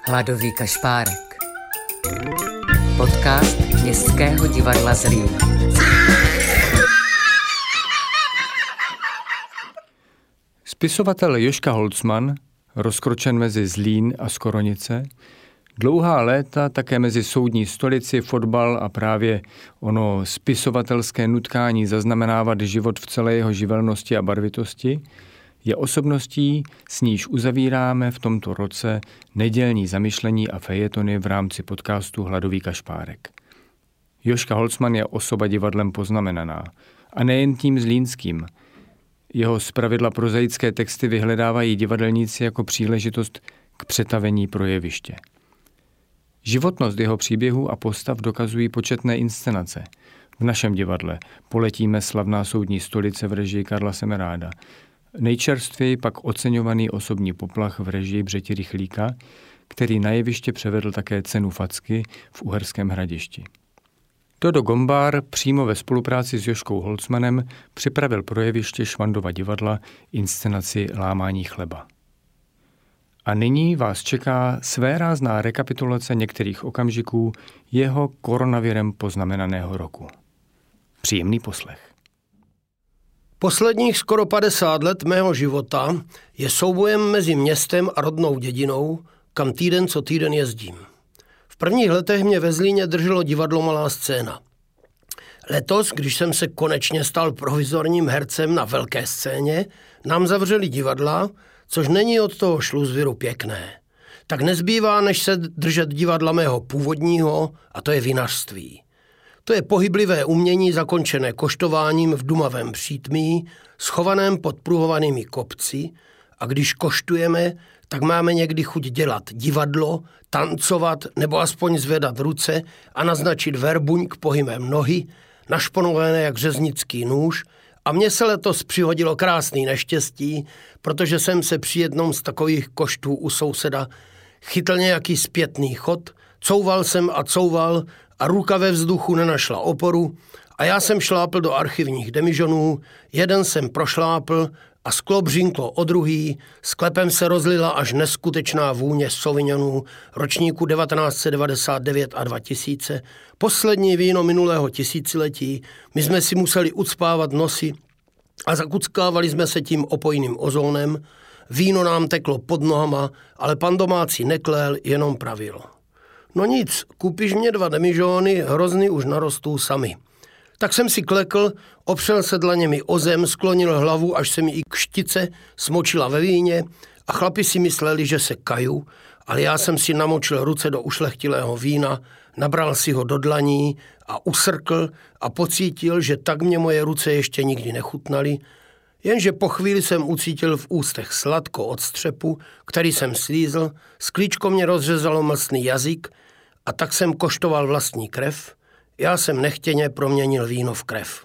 Hladový kašpárek. Podcast Městského divadla Zlín. Spisovatel Jožka Holcman, rozkročen mezi Zlín a Skoronice, dlouhá léta také mezi soudní stolici, fotbal a právě ono spisovatelské nutkání zaznamenávat život v celé jeho živelnosti a barvitosti, je osobností, s níž uzavíráme v tomto roce nedělní zamyšlení a fejetony v rámci podcastu Hladový kašpárek. Jožka Holcman je osoba divadlem poznamenaná. A nejen tím zlínským. Jeho zpravidla prozaické texty vyhledávají divadelníci jako příležitost k přetavení pro jeviště. Životnost jeho příběhů a postav dokazují početné inscenace. V našem divadle Poletíme slavná soudní stolice v režii Karla Semeráda. Nejčerstvěji pak oceňovaný osobní poplach v režii Břeti Rychlíka, který na jeviště převedl také cenu Facky v Uherském Hradišti. Dodo Gombár přímo ve spolupráci s Jožkou Holcmanem připravil pro jeviště Švandova divadla inscenaci Lámání chleba. A nyní vás čeká svérázná rekapitulace některých okamžiků jeho koronavirem poznamenaného roku. Příjemný poslech. Posledních skoro 50 let mého života je soubojem mezi městem a rodnou dědinou, kam týden co týden jezdím. V prvních letech mě ve Zlíně drželo divadlo Malá scéna. Letos, když jsem se konečně stal provizorním hercem na velké scéně, nám zavřeli divadla, což není od toho šluzviru pěkné. Tak nezbývá, než se držet divadla mého původního, a to je vinařství. To je pohyblivé umění zakončené koštováním v dumavém přítmí, schovaném pod pruhovanými kopci, a když koštujeme, tak máme někdy chuť dělat divadlo, tancovat nebo aspoň zvedat ruce a naznačit verbuňk pohybem nohy, našponované jak řeznický nůž, a mně se letos přihodilo krásný neštěstí, protože jsem se při jednom z takových koštů u souseda chytl nějaký zpětný chod, couval jsem a couval a ruka ve vzduchu nenašla oporu a já jsem šlápl do archivních demižonů, jeden jsem prošlápl a sklo břínklo o druhý, sklepem se rozlila až neskutečná vůně Sauvignonů ročníku 1999 a 2000, poslední víno minulého tisíciletí, my jsme si museli ucpávat nosy a zakuckávali jsme se tím opojným ozónem, víno nám teklo pod nohama, ale pan domácí neklél, jenom pravil. No nic, koupíš mě 2 demižóny, hrozny už narostou sami. Tak jsem si klekl, opřel se dlaněmi o zem, sklonil hlavu, až se mi i kštice smočila ve víně a chlapi si mysleli, že se kaju, ale já jsem si namočil ruce do ušlechtilého vína, nabral si ho do dlaní a usrkl a pocítil, že tak mě moje ruce ještě nikdy nechutnaly, jenže po chvíli jsem ucítil v ústech sladko od střepu, který jsem slízl, sklíčko mě rozřezalo mlsný jazyk a tak jsem koštoval vlastní krev. Já jsem nechtěně proměnil víno v krev.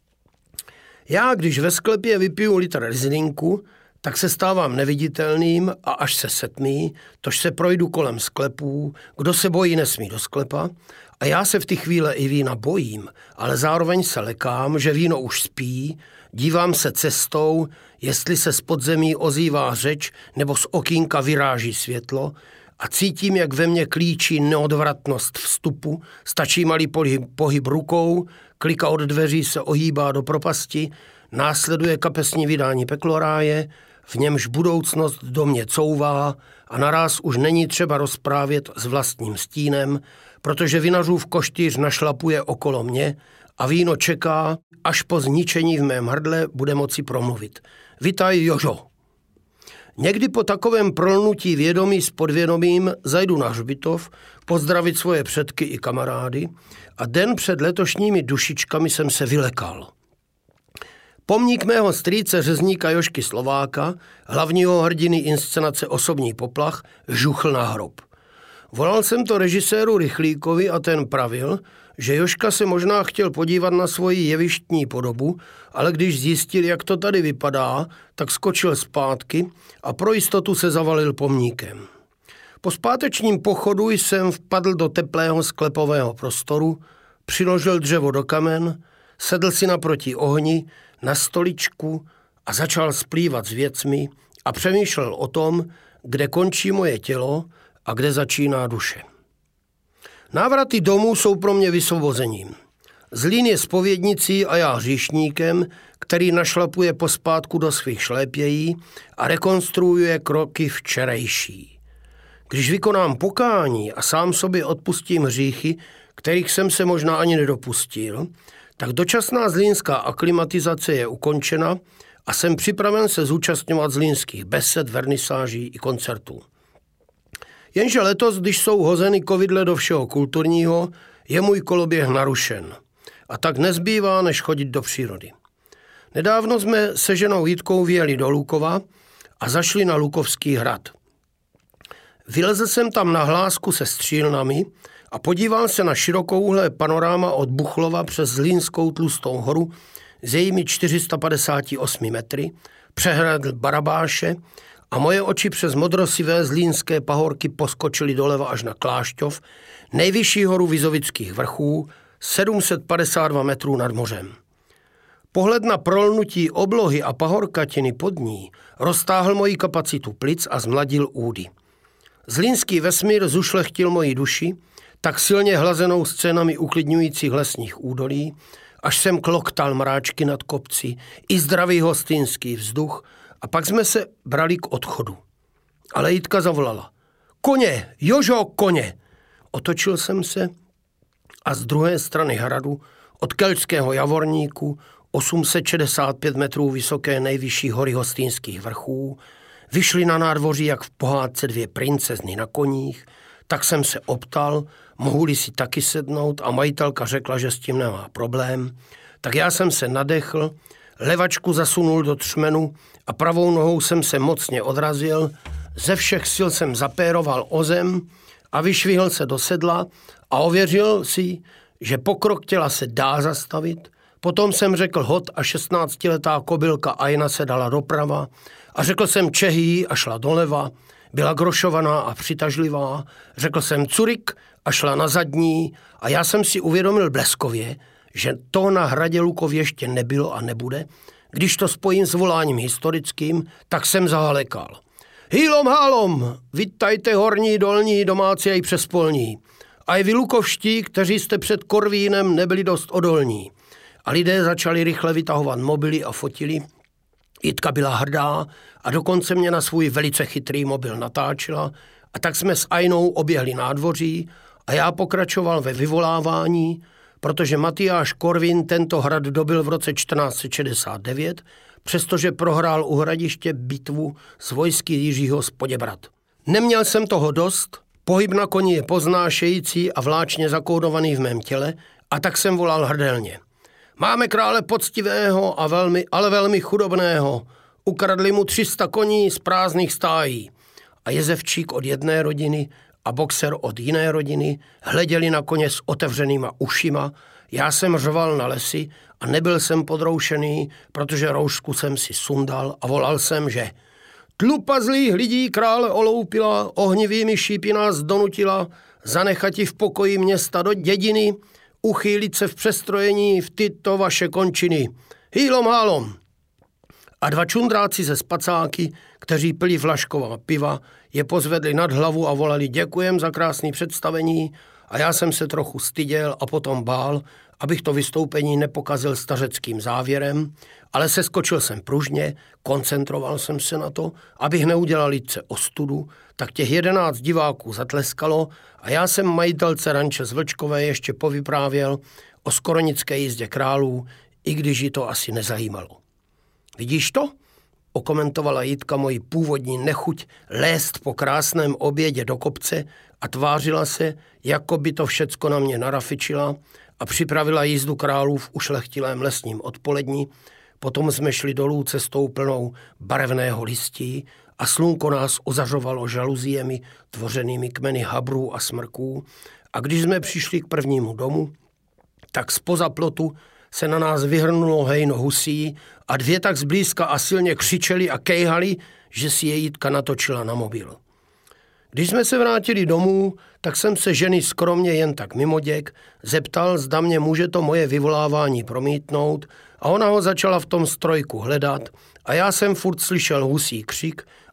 Já, když ve sklepě vypiju litr rizlinku, tak se stávám neviditelným a až se setmí, tož se projdu kolem sklepů, kdo se bojí, nesmí do sklepa a já se v ty chvíle i vína bojím, ale zároveň se lekám, že víno už spí, dívám se cestou, jestli se z podzemí ozývá řeč nebo z okýnka vyráží světlo, a cítím, jak ve mně klíčí neodvratnost vstupu, stačí malý pohyb rukou, klika od dveří se ohýbá do propasti, následuje kapesní vydání pekloráje, v němž budoucnost do mě couvá a naráz už není třeba rozprávět s vlastním stínem, protože vinařův koštýř našlapuje okolo mě a víno čeká, až po zničení v mém hrdle bude moci promluvit. Vitaj, Jožo! Někdy po takovém prolnutí vědomí s podvědomím zajdu na hřbitov, pozdravit svoje předky i kamarády a den před letošními dušičkami jsem se vylekal. Pomník mého strýce řezníka Jožky Slováka, hlavního hrdiny inscenace Osobní poplach, žuchl na hrob. Volal jsem to režiséru Rychlíkovi a ten pravil, že Jožka se možná chtěl podívat na svoji jevištní podobu, ale když zjistil, jak to tady vypadá, tak skočil zpátky a pro jistotu se zavalil pomníkem. Po zpátečním pochodu jsem vpadl do teplého sklepového prostoru, přiložil dřevo do kamen, sedl si naproti ohni, na stoličku a začal splývat s věcmi a přemýšlel o tom, kde končí moje tělo a kde začíná duše. Návraty domů jsou pro mě vysvobozením. Zlín je zpovědnicí a já hříšníkem, který našlapuje pospátku do svých šlépějí a rekonstruuje kroky včerejší. Když vykonám pokání a sám sobě odpustím hříchy, kterých jsem se možná ani nedopustil, tak dočasná zlínská aklimatizace je ukončena a jsem připraven se zúčastňovat zlínských besed, vernisáží i koncertů. Jenže letos, když jsou hozeny kovidle do všeho kulturního, je můj koloběh narušen. A tak nezbývá, než chodit do přírody. Nedávno jsme se ženou Jitkou vyjeli do Lukova a zašli na Lukovský hrad. Vylezl jsem tam na hlásku se střílnami a podíval se na širokouhlé panoráma od Buchlova přes Zlínskou tlustou horu s jejími 458 metry, přehrad Barabáše a moje oči přes modrosivé zlínské pahorky poskočily doleva až na Klášťov, nejvyšší horu Vizovických vrchů, 752 metrů nad mořem. Pohled na prolnutí oblohy a pahorkatiny pod ní roztáhl moji kapacitu plic a zmladil údy. Zlínský vesmír zušlechtil moji duši, tak silně hlazenou scénami uklidňujících lesních údolí, až jsem kloktal mráčky nad kopci i zdravý hostýnský vzduch a pak jsme se brali k odchodu. Ale Jitka zavolala. Koně, Jožo, koně! Otočil jsem se a z druhé strany hradu od Kelčského Javorníku 865 metrů vysoké nejvyšší hory hostýnských vrchů vyšly na nádvoří jak v pohádce dvě princezny na koních, tak jsem se optal, mohu-li si taky sednout a majitelka řekla, že s tím nemá problém. Tak já jsem se nadechl, levačku zasunul do třmenu a pravou nohou jsem se mocně odrazil, ze všech sil jsem zapéroval o zem a vyšvihl se do sedla a ověřil si, že pokrok těla se dá zastavit. Potom jsem řekl hod a 16letá kobylka Ajna se dala doprava a řekl jsem Čehý a šla doleva, byla grošovaná a přitažlivá, řekl jsem curik a šla na zadní a já jsem si uvědomil bleskově, že to na hradě Lukov ještě nebylo a nebude. Když to spojím s voláním historickým, tak jsem zahalekal. Hýlom hálom, vitajte horní, dolní, domácí i přespolní. A i vy lukovští, kteří jste před Korvínem nebyli dost odolní. A lidé začali rychle vytahovat mobily a fotili. Jitka byla hrdá a dokonce mě na svůj velice chytrý mobil natáčela a tak jsme s Ajnou oběhli nádvoří a já pokračoval ve vyvolávání, protože Matyáš Korvin tento hrad dobyl v roce 1469, přestože prohrál u hradiště bitvu s vojsky Jiřího z Poděbrad. Neměl jsem toho dost, pohyb na koni je poznášející a vláčně zakódovaný v mém těle a tak jsem volal hrdelně. Máme krále poctivého a velmi chudobného. Ukradli mu 300 koní z prázdných stájí. A jezevčík od jedné rodiny a boxer od jiné rodiny hleděli na koně s otevřenýma ušima. Já jsem řval na lesy a nebyl jsem podroušený, protože roušku jsem si sundal a volal jsem, že tlupa zlých lidí krále oloupila, ohnivými šípy nás donutila, zanechati v pokoji města do dědiny, uchýlit se v přestrojení v tyto vaše končiny. Hýlom hálom. A dva čundráci ze spacáky, kteří pili flašková piva, je pozvedli nad hlavu a volali děkujem za krásné představení a já jsem se trochu styděl a potom bál, abych to vystoupení nepokazil stařeckým závěrem, ale seskočil jsem pružně, koncentroval jsem se na to, abych neudělal lidce ostudu, tak těch 11 diváků zatleskalo a já jsem majitelce ranče z Vlčkové ještě povyprávěl o skoronické jízdě králů, i když ji to asi nezajímalo. Vidíš to? Okomentovala Jitka moji původní nechuť lézt po krásném obědě do kopce a tvářila se, jako by to všecko na mě narafičila a připravila jízdu králů v ušlechtilém lesním odpolední. Potom jsme šli dolů cestou plnou barevného listí a slunko nás ozařovalo žaluziemi tvořenými kmeny habrů a smrků a když jsme přišli k prvnímu domu, tak zpoza plotu se na nás vyhrnulo hejno husí a dvě tak zblízka a silně křičeli a kejhali, že si je Jitka natočila na mobil. Když jsme se vrátili domů, tak jsem se ženy skromně jen tak mimoděk zeptal, zda mě může to moje vyvolávání promítnout a ona ho začala v tom strojku hledat a já jsem furt slyšel husí křik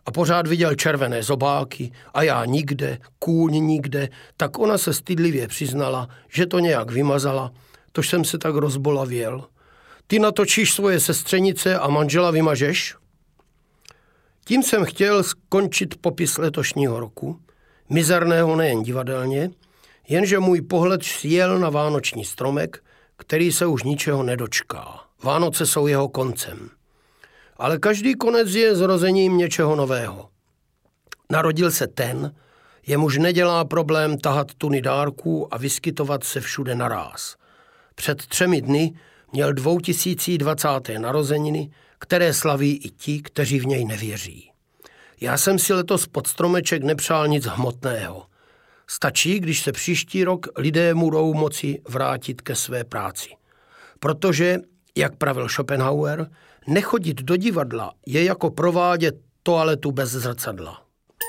a pořád viděl červené zobáky a já nikde, kůň nikde, tak ona se stydlivě přiznala, že to nějak vymazala, tož jsem se tak rozbolavěl. Ty natočíš svoje sestřenice a manžela vymažeš? Tím jsem chtěl skončit popis letošního roku, mizerného nejen divadelně, jenže můj pohled sjel na vánoční stromek, který se už ničeho nedočká. Vánoce jsou jeho koncem. Ale každý konec je zrozením něčeho nového. Narodil se ten, jemuž nedělá problém tahat tuny dárků a vyskytovat se všude naráz. Před 3 dny měl 2020. narozeniny, které slaví i ti, kteří v něj nevěří. Já jsem si letos pod stromeček nepřál nic hmotného. Stačí, když se příští rok lidé budou moci vrátit ke své práci. Protože, jak pravil Schopenhauer, nechodit do divadla je jako provádět toaletu bez zrcadla.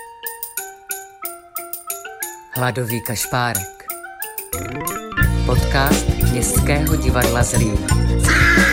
Hladový kašpárek. Podcast Městského divadla Zlín.